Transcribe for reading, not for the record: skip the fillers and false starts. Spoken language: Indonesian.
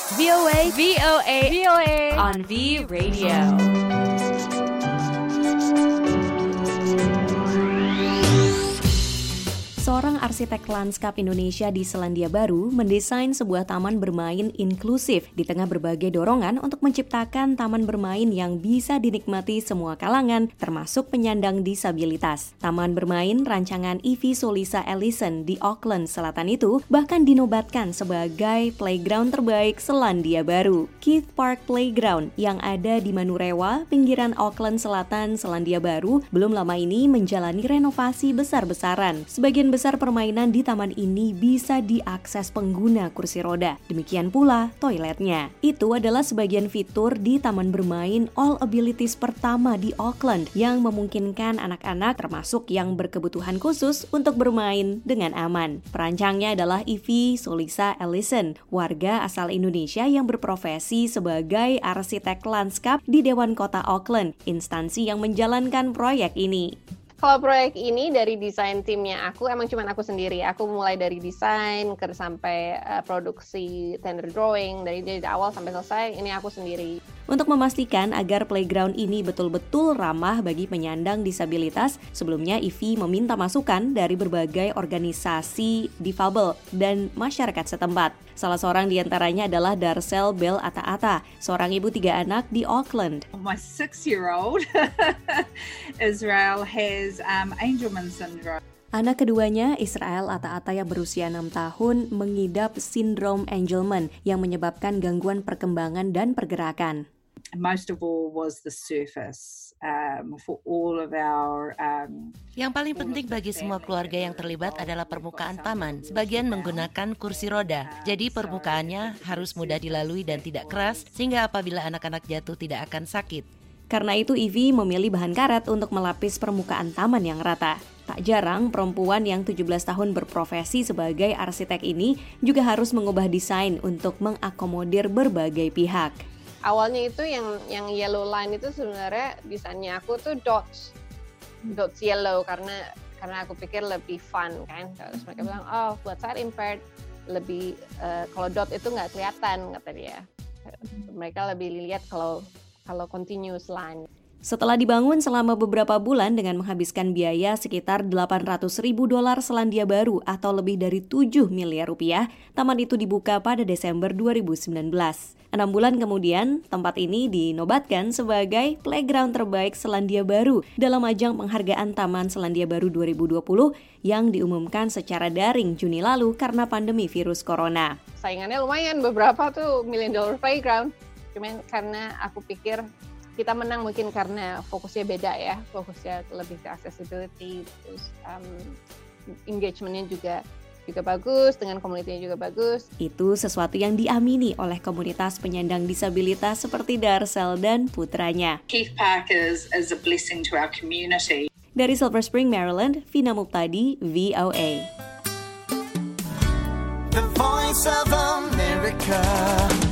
VOA on V Radio. Seorang arsitek lanskap Indonesia di Selandia Baru mendesain sebuah taman bermain inklusif di tengah berbagai dorongan untuk menciptakan taman bermain yang bisa dinikmati semua kalangan, termasuk penyandang disabilitas. Taman bermain rancangan Ivy Solisa Ellison di Auckland Selatan itu bahkan dinobatkan sebagai playground terbaik Selandia Baru. Keith Park Playground yang ada di Manurewa, pinggiran Auckland Selatan, Selandia Baru, belum lama ini menjalani renovasi besar-besaran. Sebagian besar permainan di taman ini bisa diakses pengguna kursi roda. Demikian pula toiletnya. Itu adalah sebagian fitur di taman bermain All Abilities pertama di Auckland yang memungkinkan anak-anak termasuk yang berkebutuhan khusus untuk bermain dengan aman. Perancangnya adalah Ivy Solisa Ellison, warga asal Indonesia yang berprofesi sebagai arsitek lanskap di Dewan Kota Auckland, instansi yang menjalankan proyek ini. Kalau proyek ini dari desain timnya aku, emang cuma aku sendiri. Aku mulai dari desain sampai produksi tender drawing, dari awal sampai selesai, ini aku sendiri. Untuk memastikan agar playground ini betul-betul ramah bagi penyandang disabilitas, sebelumnya Ivy meminta masukan dari berbagai organisasi difabel dan masyarakat setempat. Salah seorang di antaranya adalah Darcel Bell Ata-Ata, seorang ibu 3 anak di Auckland. My 6-year-old Israel has Angelman syndrome. Anak keduanya, Israel Ata-Ata yang berusia 6 tahun, mengidap sindrom Angelman yang menyebabkan gangguan perkembangan dan pergerakan. Most of all was the surface for all of our. Yang paling penting bagi semua keluarga yang terlibat adalah permukaan taman. Sebagian menggunakan kursi roda, jadi permukaannya harus mudah dilalui dan tidak keras, sehingga apabila anak-anak jatuh tidak akan sakit. Karena itu Ivy memilih bahan karet untuk melapis permukaan taman yang rata. Tak jarang perempuan yang 17 tahun berprofesi sebagai arsitek ini juga harus mengubah desain untuk mengakomodir berbagai pihak. Awalnya itu yang yellow line itu sebenarnya desainnya aku tuh dots yellow karena aku pikir lebih fun kan. Terus mereka bilang, buat saya impaired lebih kalau dot itu nggak kelihatan kata dia. Mereka lebih lihat kalau continuous line. Setelah dibangun selama beberapa bulan dengan menghabiskan biaya sekitar $800.000 Selandia Baru atau lebih dari 7 miliar rupiah, taman itu dibuka pada Desember 2019. 6 bulan kemudian, tempat ini dinobatkan sebagai playground terbaik Selandia Baru dalam ajang penghargaan Taman Selandia Baru 2020 yang diumumkan secara daring Juni lalu karena pandemi virus corona. Saingannya lumayan, beberapa tuh $1 million playground. Cuman karena aku pikir kita menang mungkin karena fokusnya beda ya, fokusnya lebih ke accessibility, terus engagementnya juga bagus, dengan komunitasnya juga bagus. Itu sesuatu yang diamini oleh komunitas penyandang disabilitas seperti Darcel dan putranya. Keith Park is a blessing to our community. Dari Silver Spring, Maryland, Vina Muptadi, VOA. The Voice of America.